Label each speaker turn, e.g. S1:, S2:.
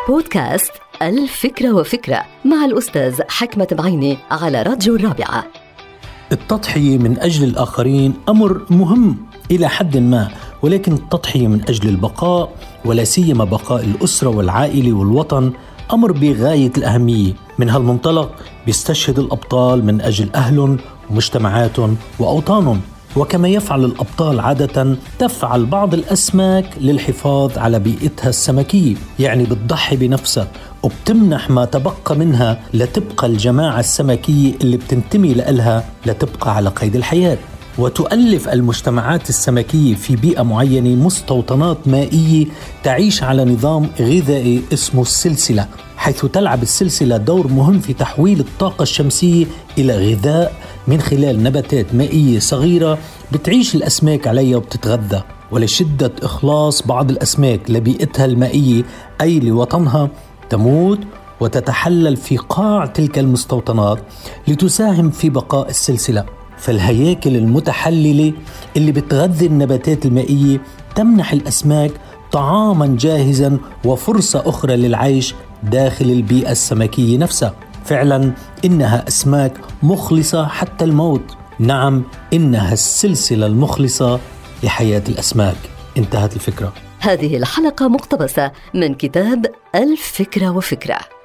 S1: بودكاست الفكرة وفكرة مع الأستاذ حكمة بعيني على راديو الرابعة.
S2: التضحية من أجل الآخرين أمر مهم إلى حد ما، ولكن التضحية من أجل البقاء ولا سيما بقاء الأسرة والعائلة والوطن أمر بغاية الأهمية. من هالمنطلق بيستشهد الأبطال من أجل أهلهم ومجتمعاتهم وأوطانهم، وكما يفعل الأبطال عادة تفعل بعض الأسماك للحفاظ على بيئتها السمكية، يعني بتضحي بنفسها وبتمنح ما تبقى منها لتبقى الجماعة السمكية اللي بتنتمي لها لتبقى على قيد الحياة. وتؤلف المجتمعات السمكية في بيئة معينة مستوطنات مائية تعيش على نظام غذائي اسمه السلسلة، حيث تلعب السلسلة دور مهم في تحويل الطاقة الشمسية إلى غذاء من خلال نباتات مائية صغيرة بتعيش الأسماك عليها وبتتغذى. ولشدة إخلاص بعض الأسماك لبيئتها المائية أي لوطنها تموت وتتحلل في قاع تلك المستوطنات لتساهم في بقاء السلسلة. فالهياكل المتحللة اللي بتغذي النباتات المائية تمنح الأسماك طعاما جاهزا وفرصة أخرى للعيش داخل البيئة السمكية نفسها. فعلا إنها أسماك مخلصة حتى الموت. نعم، إنها السلسلة المخلصة لحياة الأسماك. انتهت الفكرة.
S1: هذه الحلقة مقتبسة من كتاب الفكرة وفكرة.